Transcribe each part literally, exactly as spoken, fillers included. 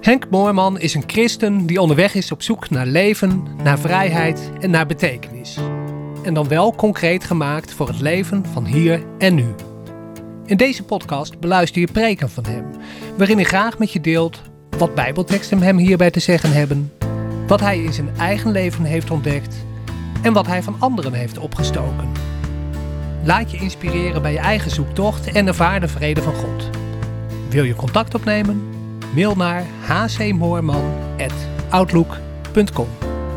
Henk Moorman is een christen die onderweg is op zoek naar leven, naar vrijheid en naar betekenis. En dan wel concreet gemaakt voor het leven van hier en nu. In deze podcast beluister je preken van hem, waarin hij graag met je deelt wat bijbelteksten hem hierbij te zeggen hebben, wat hij in zijn eigen leven heeft ontdekt en wat hij van anderen heeft opgestoken. Laat je inspireren bij je eigen zoektocht en ervaar de vrede van God. Wil je contact opnemen? Mail naar h c moorman apenstaartje outlook punt com.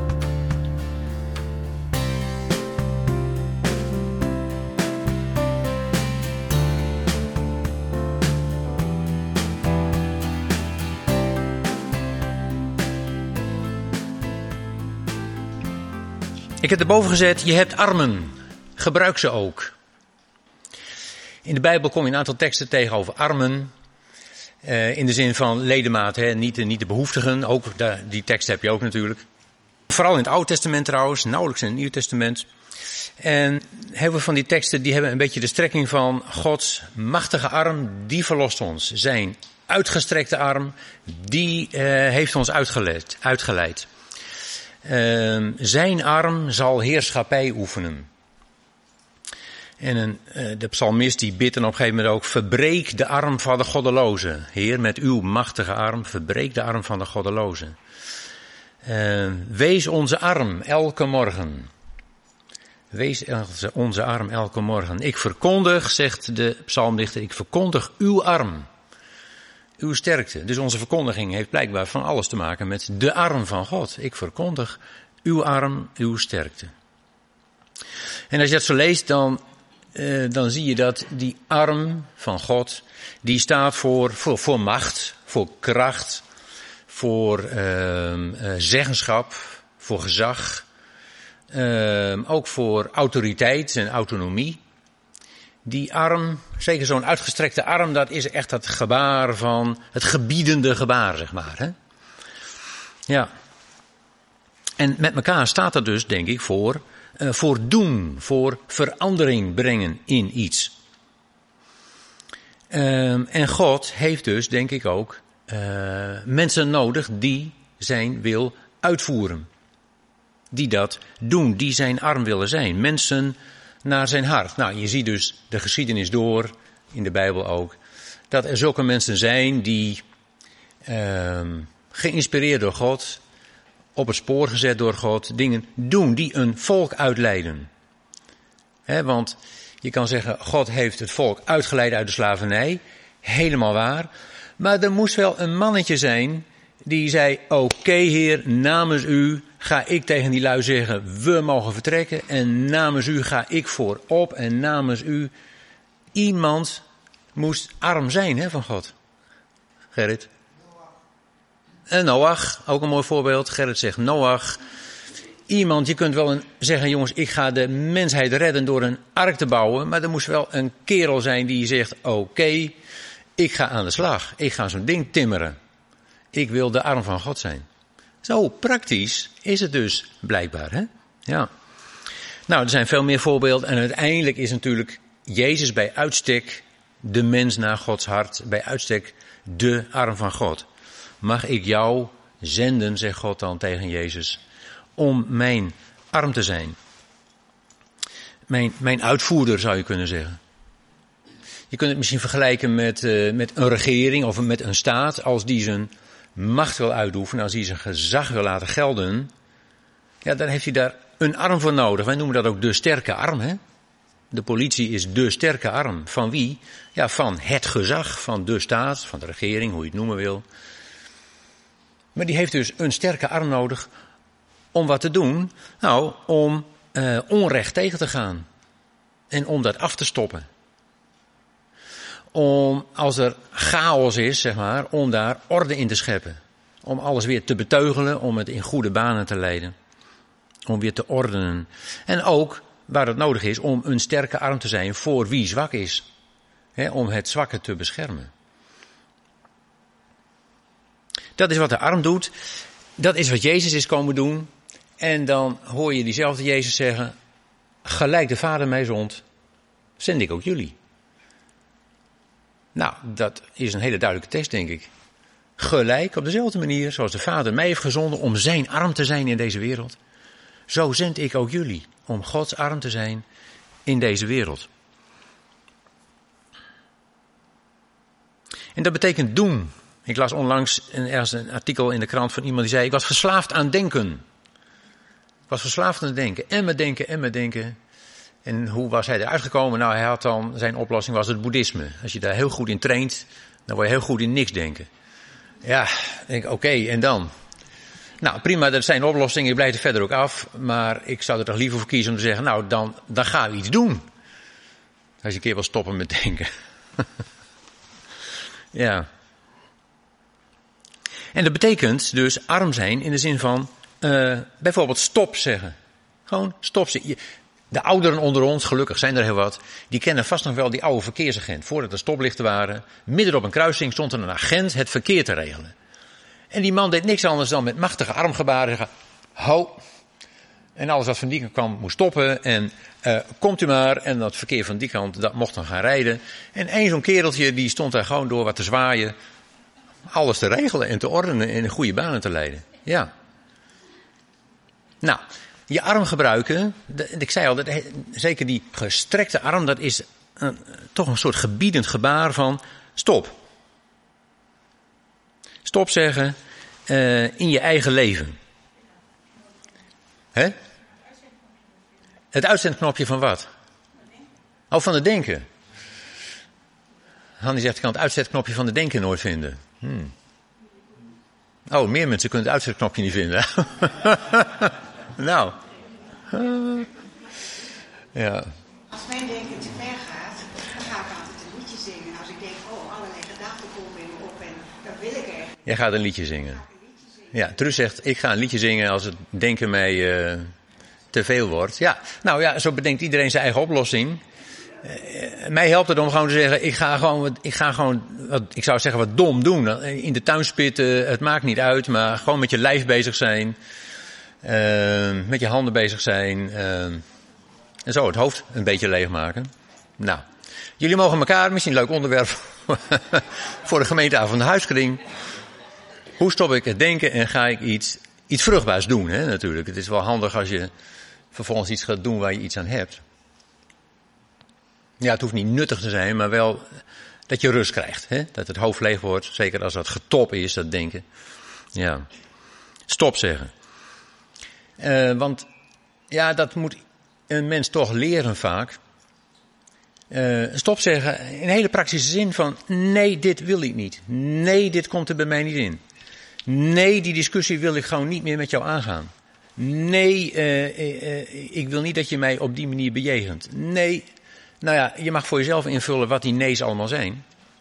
Ik heb erboven gezet, je hebt armen. Gebruik ze ook. In de Bijbel kom je een aantal teksten tegen over armen. Uh, in de zin van ledematen, hè? Niet, de, niet de behoeftigen. Ook de, die tekst heb je ook natuurlijk. Vooral in het Oude Testament trouwens, nauwelijks in het Nieuwe Testament. En heel veel van die teksten die hebben een beetje de strekking van Gods machtige arm, die verlost ons. Zijn uitgestrekte arm, die uh, heeft ons uitgeleid. uitgeleid. Uh, zijn arm zal heerschappij oefenen. En een, uh, de psalmist die bidt dan op een gegeven moment ook, verbreek de arm van de goddeloze. Heer, met uw machtige arm, verbreek de arm van de goddeloze. Uh, wees onze arm elke morgen. Wees onze arm elke morgen. Ik verkondig, zegt de psalmdichter, ik verkondig uw arm. Uw sterkte. Dus onze verkondiging heeft blijkbaar van alles te maken met de arm van God. Ik verkondig uw arm, uw sterkte. En als je dat zo leest, dan, uh, dan zie je dat die arm van God, die staat voor, voor, voor macht, voor kracht, voor uh, uh, zeggenschap, voor gezag. Uh, ook voor autoriteit en autonomie. Die arm, zeker zo'n uitgestrekte arm, dat is echt dat gebaar van, het gebiedende gebaar, zeg maar. Hè? Ja. En met elkaar staat er dus, denk ik, voor, uh, voor doen, voor verandering brengen in iets. Uh, en God heeft dus, denk ik ook, uh, mensen nodig die zijn wil uitvoeren. Die dat doen, die zijn arm willen zijn. Mensen naar zijn hart. Nou, je ziet dus de geschiedenis door, in de Bijbel ook, dat er zulke mensen zijn die, uh, geïnspireerd door God, op het spoor gezet door God, dingen doen die een volk uitleiden. He, want je kan zeggen, God heeft het volk uitgeleid uit de slavernij, helemaal waar. Maar er moest wel een mannetje zijn die zei, oké okay, Heer, namens u ga ik tegen die lui zeggen, we mogen vertrekken. En namens u ga ik voorop. En namens u, iemand moest arm zijn, hè, van God. Gerrit? En Noach, ook een mooi voorbeeld. Gerrit zegt Noach. Iemand, je kunt wel een, zeggen, jongens, ik ga de mensheid redden door een ark te bouwen. Maar er moest wel een kerel zijn die zegt, oké, okay, ik ga aan de slag. Ik ga zo'n ding timmeren. Ik wil de arm van God zijn. Zo praktisch is het dus blijkbaar, hè? Ja. Nou, er zijn veel meer voorbeelden. En uiteindelijk is natuurlijk Jezus bij uitstek de mens naar Gods hart. Bij uitstek de arm van God. Mag ik jou zenden, zegt God dan tegen Jezus, om mijn arm te zijn. Mijn, mijn uitvoerder, zou je kunnen zeggen. Je kunt het misschien vergelijken met, uh, met een regering of met een staat, als die zijn macht wil uitoefenen, als hij zijn gezag wil laten gelden, ja, dan heeft hij daar een arm voor nodig. Wij noemen dat ook de sterke arm, hè? De politie is de sterke arm. Van wie? Ja, van het gezag, van de staat, van de regering, hoe je het noemen wil. Maar die heeft dus een sterke arm nodig om wat te doen? Nou, om uh, onrecht tegen te gaan. En om dat af te stoppen. Om, als er chaos is, zeg maar, om daar orde in te scheppen. Om alles weer te beteugelen, om het in goede banen te leiden. Om weer te ordenen. En ook, waar het nodig is, om een sterke arm te zijn voor wie zwak is. He, om het zwakke te beschermen. Dat is wat de arm doet. Dat is wat Jezus is komen doen. En dan hoor je diezelfde Jezus zeggen, gelijk de Vader mij zond, zend ik ook jullie. Nou, dat is een hele duidelijke tekst, denk ik. Gelijk, op dezelfde manier zoals de Vader mij heeft gezonden om zijn arm te zijn in deze wereld. Zo zend ik ook jullie om Gods arm te zijn in deze wereld. En dat betekent doen. Ik las onlangs een, ergens een artikel in de krant van iemand die zei: ik was verslaafd aan denken. Ik was verslaafd aan het denken. En met denken, en met denken. En hoe was hij eruit gekomen? Nou, hij had dan, zijn oplossing was het boeddhisme. Als je daar heel goed in traint, dan word je heel goed in niks denken. Ja, denk ik, oké, okay, en dan? Nou, prima, dat zijn oplossingen, je blijft er verder ook af. Maar ik zou er toch liever voor kiezen om te zeggen: nou, dan, dan gaan we iets doen. Als je een keer wil stoppen met denken. Ja. En dat betekent dus arm zijn in de zin van uh, bijvoorbeeld stop zeggen. Gewoon stop zeggen. De ouderen onder ons, gelukkig zijn er heel wat, die kennen vast nog wel die oude verkeersagent. Voordat er stoplichten waren, midden op een kruising stond er een agent het verkeer te regelen. En die man deed niks anders dan met machtige armgebaren zeggen: ho. En alles wat van die kant kwam moest stoppen. En uh, komt u maar. En dat verkeer van die kant, dat mocht dan gaan rijden. En één zo'n kereltje, die stond daar gewoon door wat te zwaaien. Alles te regelen en te ordenen en in goede banen te leiden. Ja. Nou, je arm gebruiken. De, ik zei al, dat, zeker die gestrekte arm, dat is een, toch een soort gebiedend gebaar van stop. Stop zeggen uh, in je eigen leven. Hè? Het uitzendknopje van wat? Oh, van het denken. Hanni zegt, ik kan het uitzetknopje van het denken nooit vinden. Hmm. Oh, meer mensen kunnen het uitzetknopje niet vinden. Nou. Uh. Ja. Als mijn denken te ver gaat, dan ga ik altijd een liedje zingen. Als ik denk, oh, allerlei gedachten komen in me op en dan wil ik eigenlijk. Jij gaat een liedje zingen. Ja, Truus zegt, ik ga een liedje zingen als het denken mij uh, te veel wordt. Ja, nou ja, zo bedenkt iedereen zijn eigen oplossing. Uh, mij helpt het om gewoon te zeggen, ik ga gewoon, ik ga gewoon wat, ik zou zeggen wat dom doen. In de tuin spitten, het maakt niet uit, maar gewoon met je lijf bezig zijn. Uh, met je handen bezig zijn. Uh, en zo het hoofd een beetje leegmaken. Nou, jullie mogen elkaar, misschien een leuk onderwerp voor de gemeenteavond van de huiskring. Hoe stop ik het denken en ga ik iets, iets vruchtbaars doen, hè, natuurlijk. Het is wel handig als je vervolgens iets gaat doen waar je iets aan hebt. Ja, het hoeft niet nuttig te zijn, maar wel dat je rust krijgt. Hè? Dat het hoofd leeg wordt, zeker als dat getop is, dat denken. Ja, stop zeggen. Uh, want ja, dat moet een mens toch leren vaak. Uh, stop zeggen in een hele praktische zin van nee, dit wil ik niet. Nee, dit komt er bij mij niet in. Nee, die discussie wil ik gewoon niet meer met jou aangaan. Nee, uh, uh, uh, ik wil niet dat je mij op die manier bejegent. Nee, nou ja, je mag voor jezelf invullen wat die nee's allemaal zijn.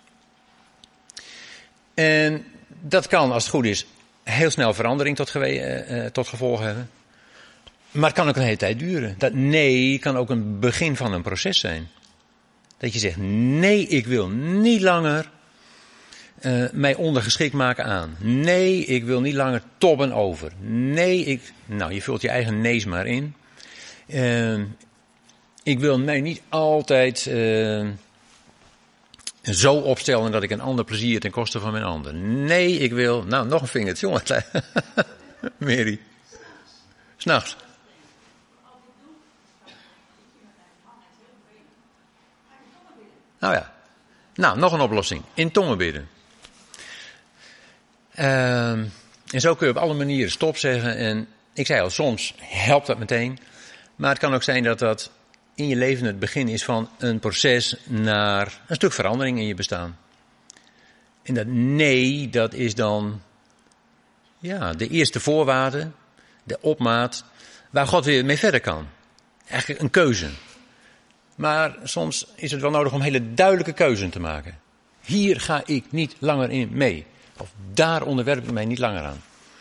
En dat kan, als het goed is, heel snel verandering tot, gewe- uh, uh, tot gevolg hebben. Maar het kan ook een hele tijd duren. Dat nee kan ook een begin van een proces zijn. Dat je zegt, nee, ik wil niet langer uh, mij ondergeschikt maken aan. Nee, ik wil niet langer tobben over. Nee, ik... Nou, je vult je eigen nee's maar in. Uh, ik wil mij niet altijd uh, zo opstellen dat ik een ander plezier ten koste van mijn ander. Nee, ik wil... Nou, nog een vingertje, jongen. Mary. 'S Nachts. Nou ja. Nou, nog een oplossing. In tongen bidden. Uh, en zo kun je op alle manieren stop zeggen. En ik zei al, soms helpt dat meteen. Maar het kan ook zijn dat dat in je leven het begin is van een proces naar een stuk verandering in je bestaan. En dat nee, dat is dan ja, de eerste voorwaarde, de opmaat, waar God weer mee verder kan. Eigenlijk een keuze. Maar soms is het wel nodig om hele duidelijke keuzes te maken. Hier ga ik niet langer in mee. Of daar onderwerp ik mij niet langer aan.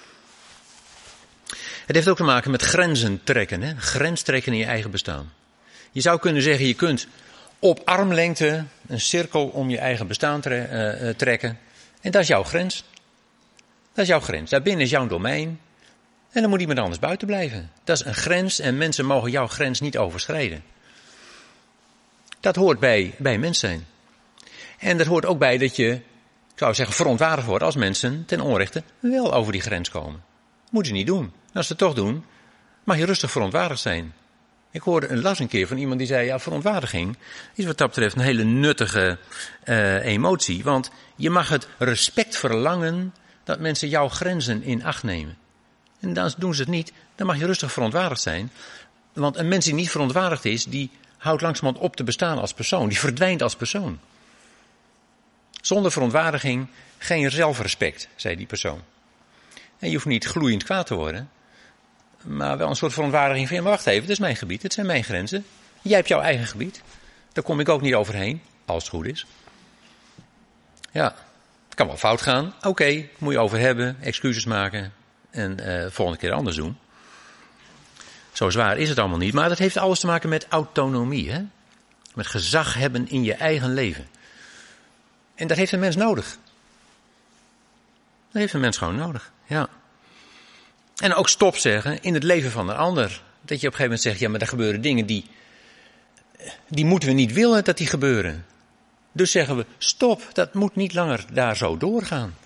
Het heeft ook te maken met grenzen trekken. Hè? Grens trekken in je eigen bestaan. Je zou kunnen zeggen, je kunt op armlengte een cirkel om je eigen bestaan tre- uh, trekken. En dat is jouw grens. Dat is jouw grens. Daarbinnen is jouw domein. En dan moet iemand anders buiten blijven. Dat is een grens en mensen mogen jouw grens niet overschrijden. Dat hoort bij, bij mens zijn. En dat hoort ook bij dat je ik zou zeggen, verontwaardigd worden als mensen ten onrechte wel over die grens komen. Moeten ze niet doen. Als ze het toch doen, mag je rustig verontwaardigd zijn. Ik hoorde een las een keer van iemand die zei, ja, verontwaardiging is wat dat betreft een hele nuttige uh, emotie. Want je mag het respect verlangen dat mensen jouw grenzen in acht nemen. En dan doen ze het niet, dan mag je rustig verontwaardigd zijn. Want een mens die niet verontwaardigd is, die houdt langzamerhand op te bestaan als persoon. Die verdwijnt als persoon. Zonder verontwaardiging geen zelfrespect, zei die persoon. En je hoeft niet gloeiend kwaad te worden. Maar wel een soort verontwaardiging van, ja, maar wacht even, dit is mijn gebied, dit zijn mijn grenzen. Jij hebt jouw eigen gebied. Daar kom ik ook niet overheen, als het goed is. Ja, het kan wel fout gaan. Oké, okay, moet je over hebben, excuses maken en uh, volgende keer anders doen. Zo zwaar is het allemaal niet, maar dat heeft alles te maken met autonomie. Hè? Met gezag hebben in je eigen leven. En dat heeft een mens nodig. Dat heeft een mens gewoon nodig, ja. En ook stop zeggen in het leven van een ander. Dat je op een gegeven moment zegt, ja, maar er gebeuren dingen die, die moeten we niet willen dat die gebeuren. Dus zeggen we, stop, dat moet niet langer daar zo doorgaan.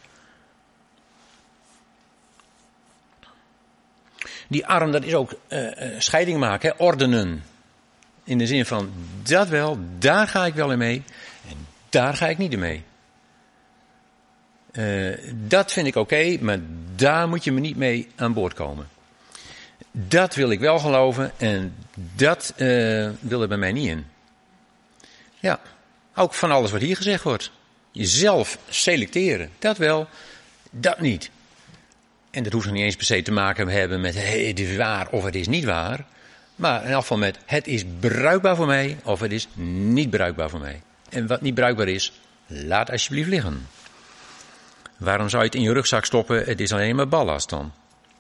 Die arm, dat is ook uh, scheiding maken, hè? Ordenen. In de zin van, dat wel, daar ga ik wel in mee. En daar ga ik niet in mee. Uh, dat vind ik oké, okay, maar daar moet je me niet mee aan boord komen. Dat wil ik wel geloven en dat uh, wil er bij mij niet in. Ja, ook van alles wat hier gezegd wordt. Jezelf selecteren, dat wel, dat niet. En dat hoeft nog niet eens per se te maken hebben met hey, het is waar of het is niet waar. Maar in elk geval met het is bruikbaar voor mij of het is niet bruikbaar voor mij. En wat niet bruikbaar is, laat alsjeblieft liggen. Waarom zou je het in je rugzak stoppen? Het is alleen maar ballast dan.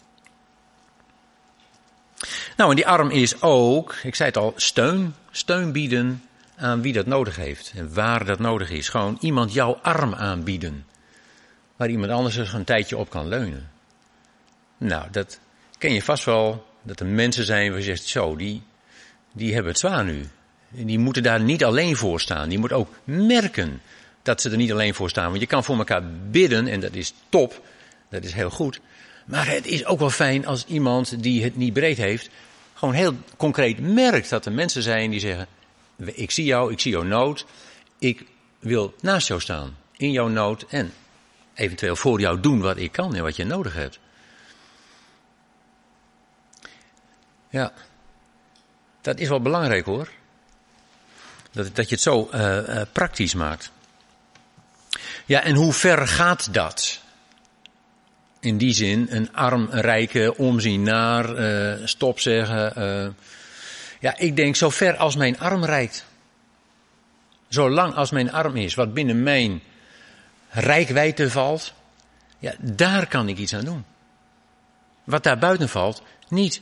Nou, en die arm is ook, ik zei het al, steun. Steun bieden aan wie dat nodig heeft. En waar dat nodig is. Gewoon iemand jouw arm aanbieden. Waar iemand anders er een tijdje op kan leunen. Nou, dat ken je vast wel. Dat er mensen zijn waar je zegt, zo, die, die hebben het zwaar nu. Die moeten daar niet alleen voor staan. Die moeten ook merken dat ze er niet alleen voor staan. Want je kan voor elkaar bidden en dat is top. Dat is heel goed. Maar het is ook wel fijn als iemand die het niet breed heeft, gewoon heel concreet merkt dat er mensen zijn die zeggen, ik zie jou, ik zie jouw nood. Ik wil naast jou staan. In jouw nood en eventueel voor jou doen wat ik kan en wat je nodig hebt. Ja, dat is wel belangrijk hoor. Dat, dat je het zo uh, uh, praktisch maakt. Ja, en hoe ver gaat dat? In die zin, een arm rijke, omzien naar, uh, stop zeggen. Uh, ja, ik denk zo ver als mijn arm reikt. Zolang als mijn arm is, wat binnen mijn reikwijdte valt. Ja, daar kan ik iets aan doen. Wat daar buiten valt, niet.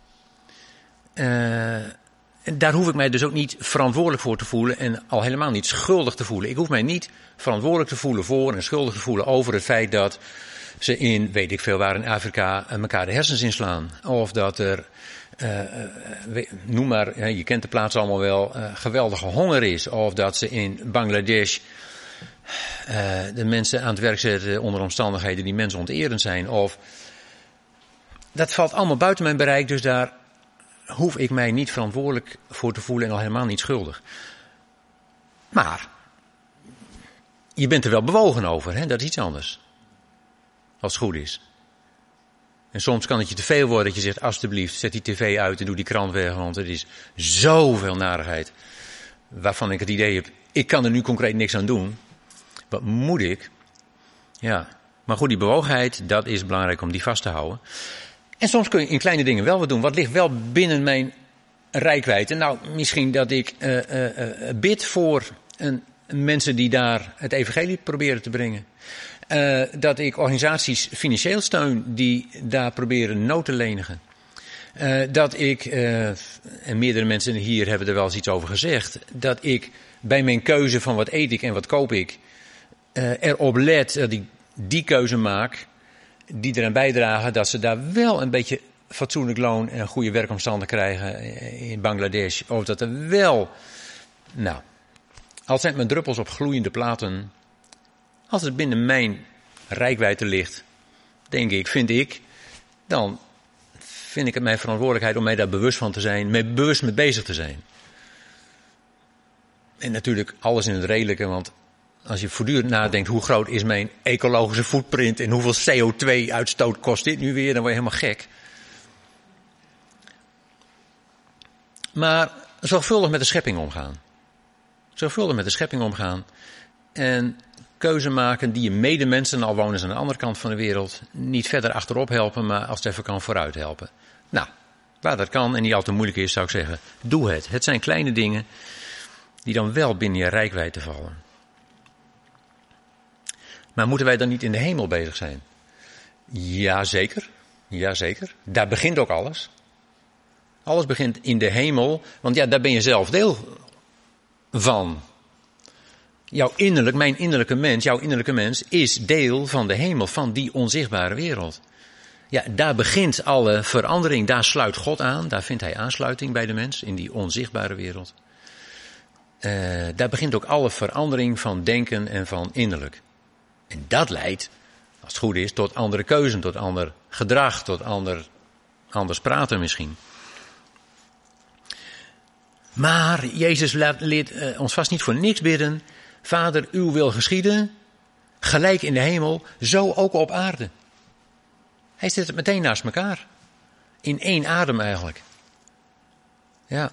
Uh, daar hoef ik mij dus ook niet verantwoordelijk voor te voelen en al helemaal niet schuldig te voelen. Ik hoef mij niet verantwoordelijk te voelen voor en schuldig te voelen over het feit dat ze in, weet ik veel waar in Afrika, elkaar de hersens inslaan. Of dat er, uh, noem maar, je kent de plaats allemaal wel, uh, geweldige honger is. Of dat ze in Bangladesh uh, de mensen aan het werk zetten onder omstandigheden die mensonterend zijn. Of dat valt allemaal buiten mijn bereik, dus daar hoef ik mij niet verantwoordelijk voor te voelen en al helemaal niet schuldig. Maar je bent er wel bewogen over, hè? Dat is iets anders. Als het goed is. En soms kan het je te veel worden dat je zegt, alsjeblieft, zet die tv uit en doe die krant weg, want er is zoveel narigheid. Waarvan ik het idee heb, ik kan er nu concreet niks aan doen. Wat moet ik? Ja, maar goed, die bewogenheid, dat is belangrijk om die vast te houden. En soms kun je in kleine dingen wel wat doen. Wat ligt wel binnen mijn reikwijdte? Nou, misschien dat ik uh, uh, uh, bid voor een, mensen die daar het evangelie proberen te brengen. Uh, dat ik organisaties financieel steun die daar proberen nood te lenigen. Uh, dat ik, uh, en meerdere mensen hier hebben er wel eens iets over gezegd, dat ik bij mijn keuze van wat eet ik en wat koop ik, uh, erop let dat ik die keuze maak die eraan bijdragen dat ze daar wel een beetje fatsoenlijk loon en goede werkomstandigheden krijgen in Bangladesh. Of dat er wel, nou, al zijn het maar druppels op gloeiende platen, Als het binnen mijn reikwijdte ligt, denk ik, vind ik, dan vind ik het mijn verantwoordelijkheid om mij daar bewust van te zijn, mee bewust mee bezig te zijn. En natuurlijk alles in het redelijke, want als je voortdurend nadenkt hoe groot is mijn ecologische footprint en hoeveel C O twee uitstoot kost dit nu weer, dan word je helemaal gek. Maar zorgvuldig met de schepping omgaan. Zorgvuldig met de schepping omgaan. En keuze maken die je medemensen, al wonen ze aan de andere kant van de wereld, niet verder achterop helpen, maar als het even kan vooruit helpen. Nou, waar dat kan en niet al te moeilijk is, zou ik zeggen, doe het. Het zijn kleine dingen die dan wel binnen je reikwijdte vallen. Maar moeten wij dan niet in de hemel bezig zijn? Jazeker, jazeker. Daar begint ook alles. Alles begint in de hemel, want ja, daar ben je zelf deel van. Jouw innerlijk, mijn innerlijke mens, jouw innerlijke mens is deel van de hemel, van die onzichtbare wereld. Ja, daar begint alle verandering, daar sluit God aan, daar vindt hij aansluiting bij de mens, in die onzichtbare wereld. Uh, daar begint ook alle verandering van denken en van innerlijk. En dat leidt, als het goed is, tot andere keuzen, tot ander gedrag, tot ander, anders praten misschien. Maar Jezus leert uh, ons vast niet voor niks bidden. Vader, uw wil geschieden, gelijk in de hemel, zo ook op aarde. Hij zet het meteen naast elkaar. In één adem eigenlijk. Ja.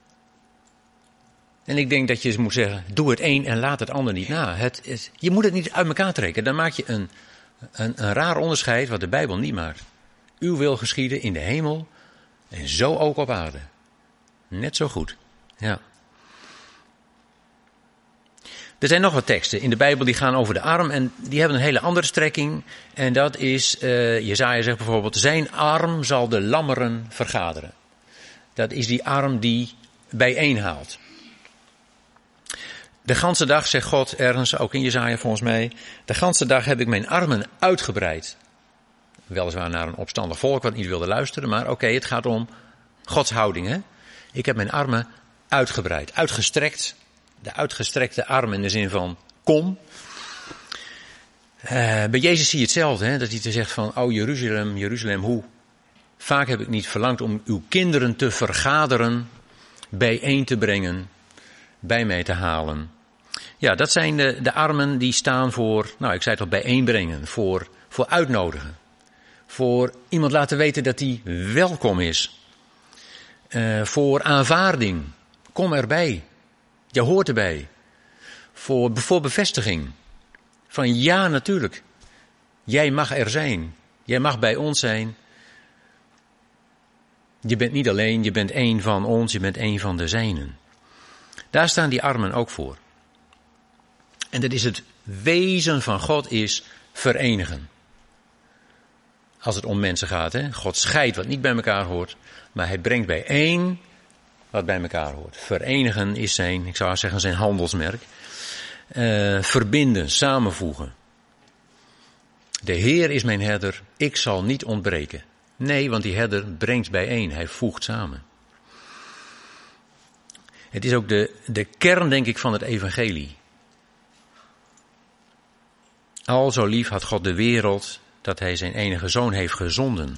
En ik denk dat je moet zeggen, doe het een en laat het ander niet na. Het is, je moet het niet uit elkaar trekken. Dan maak je een, een, een raar onderscheid wat de Bijbel niet maakt. Uw wil geschieden in de hemel en zo ook op aarde. Net zo goed. Ja. Er zijn nog wat teksten in de Bijbel die gaan over de arm en die hebben een hele andere strekking. En dat is, uh, Jesaja zegt bijvoorbeeld, zijn arm zal de lammeren vergaderen. Dat is die arm die bijeenhaalt. De ganse dag, zegt God ergens, ook in Jesaja volgens mij, de ganse dag heb ik mijn armen uitgebreid. Weliswaar naar een opstandig volk wat niet wilde luisteren, maar oké, okay, het gaat om Gods houding. Hè? Ik heb mijn armen uitgebreid, uitgestrekt. De uitgestrekte arm in de zin van kom. Uh, bij Jezus zie je hetzelfde, hè? Dat hij te zegt van, o Jeruzalem, Jeruzalem, hoe vaak heb ik niet verlangd om uw kinderen te vergaderen, bijeen te brengen, bij mij te halen. Ja, dat zijn de, de armen die staan voor, nou ik zei het al, bijeenbrengen, voor, voor uitnodigen. Voor iemand laten weten dat hij welkom is. Uh, voor aanvaarding, kom erbij. Je hoort erbij. Voor, voor bevestiging. Van ja, natuurlijk. Jij mag er zijn. Jij mag bij ons zijn. Je bent niet alleen, je bent één van ons, je bent één van de zijnen. Daar staan die armen ook voor. En dat is het wezen van God is verenigen. Als het om mensen gaat, hè. God scheidt wat niet bij elkaar hoort, maar hij brengt bijeen wat bij elkaar hoort. Verenigen is zijn, ik zou zeggen zijn handelsmerk. Uh, verbinden, samenvoegen. De Heer is mijn herder, ik zal niet ontbreken. Nee, want die herder brengt bijeen, hij voegt samen. Het is ook de, de kern, denk ik, van het evangelie. Al zo lief had God de wereld, dat hij zijn enige zoon heeft gezonden.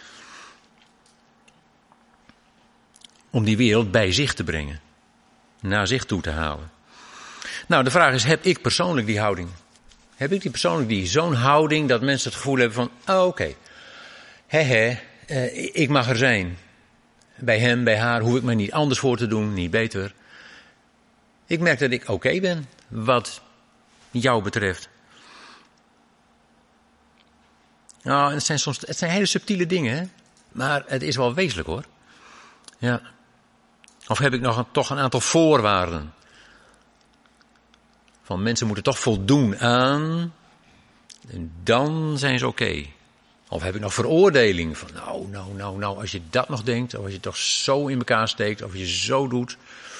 Om die wereld bij zich te brengen. Naar zich toe te halen. Nou, de vraag is, heb ik persoonlijk die houding? Heb ik die persoonlijk die zo'n houding dat mensen het gevoel hebben van, oh, oké. Okay. He he, uh, ik mag er zijn. Bij hem, bij haar, hoef ik me niet anders voor te doen, niet beter. Ik merk dat ik oké okay ben, wat jou betreft. Nou, het zijn soms, het zijn hele subtiele dingen, hè? Maar het is wel wezenlijk, hoor. Ja. Of heb ik nog een, toch een aantal voorwaarden? Van mensen moeten toch voldoen aan, en dan zijn ze oké. Okay. Of heb ik nog veroordeling van, nou, nou, nou, nou, als je dat nog denkt, of als je het toch zo in elkaar steekt, of je zo doet.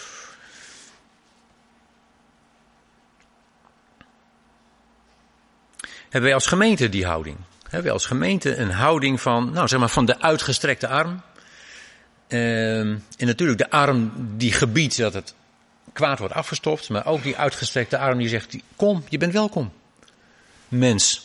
Hebben wij als gemeente die houding? Hebben wij als gemeente een houding van, nou zeg maar, van de uitgestrekte arm? Uh, en natuurlijk de arm die gebiedt dat het kwaad wordt afgestopt, maar ook die uitgestrekte arm die zegt, kom, je bent welkom. mens.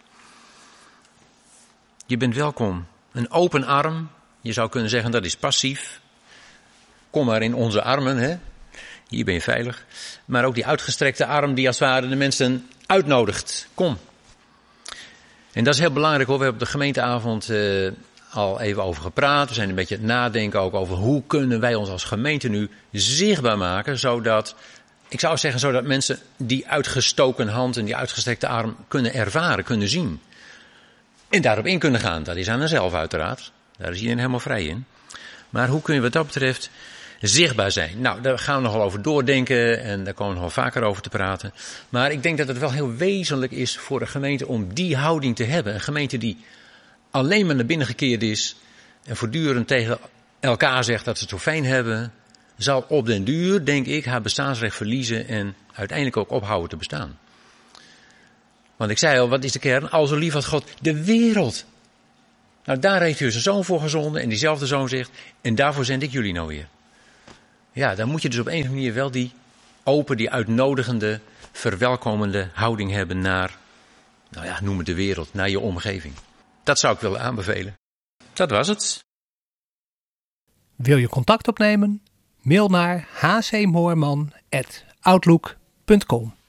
Je bent welkom. Een open arm, je zou kunnen zeggen dat is passief. Kom maar in onze armen, hè. Hier ben je veilig. Maar ook die uitgestrekte arm die als het ware de mensen uitnodigt. Kom. En dat is heel belangrijk hoor. We hebben op de gemeenteavond uh, al even over gepraat. We zijn een beetje aan het nadenken ook over hoe kunnen wij ons als gemeente nu zichtbaar maken. Zodat, ik zou zeggen, zodat mensen die uitgestoken hand en die uitgestrekte arm kunnen ervaren, kunnen zien. En daarop in kunnen gaan. Dat is aan henzelf uiteraard. Daar is iedereen helemaal vrij in. Maar hoe kun je wat dat betreft zichtbaar zijn? Nou, daar gaan we nogal over doordenken en daar komen we nog wel vaker over te praten. Maar ik denk dat het wel heel wezenlijk is voor een gemeente om die houding te hebben. Een gemeente die alleen maar naar binnen gekeerd is en voortdurend tegen elkaar zegt dat ze het zo fijn hebben, zal op den duur, denk ik, haar bestaansrecht verliezen en uiteindelijk ook ophouden te bestaan. Want ik zei al, wat is de kern? Al zo lief als God de wereld. Nou, daar heeft u zijn zoon voor gezonden en diezelfde zoon zegt, en daarvoor zend ik jullie nou weer. Ja, dan moet je dus op een of andere manier wel die open, die uitnodigende, verwelkomende houding hebben naar, nou ja, noem het de wereld, naar je omgeving. Dat zou ik willen aanbevelen. Dat was het. Wil je contact opnemen? Mail naar h c moorman apenstaartje outlook punt com.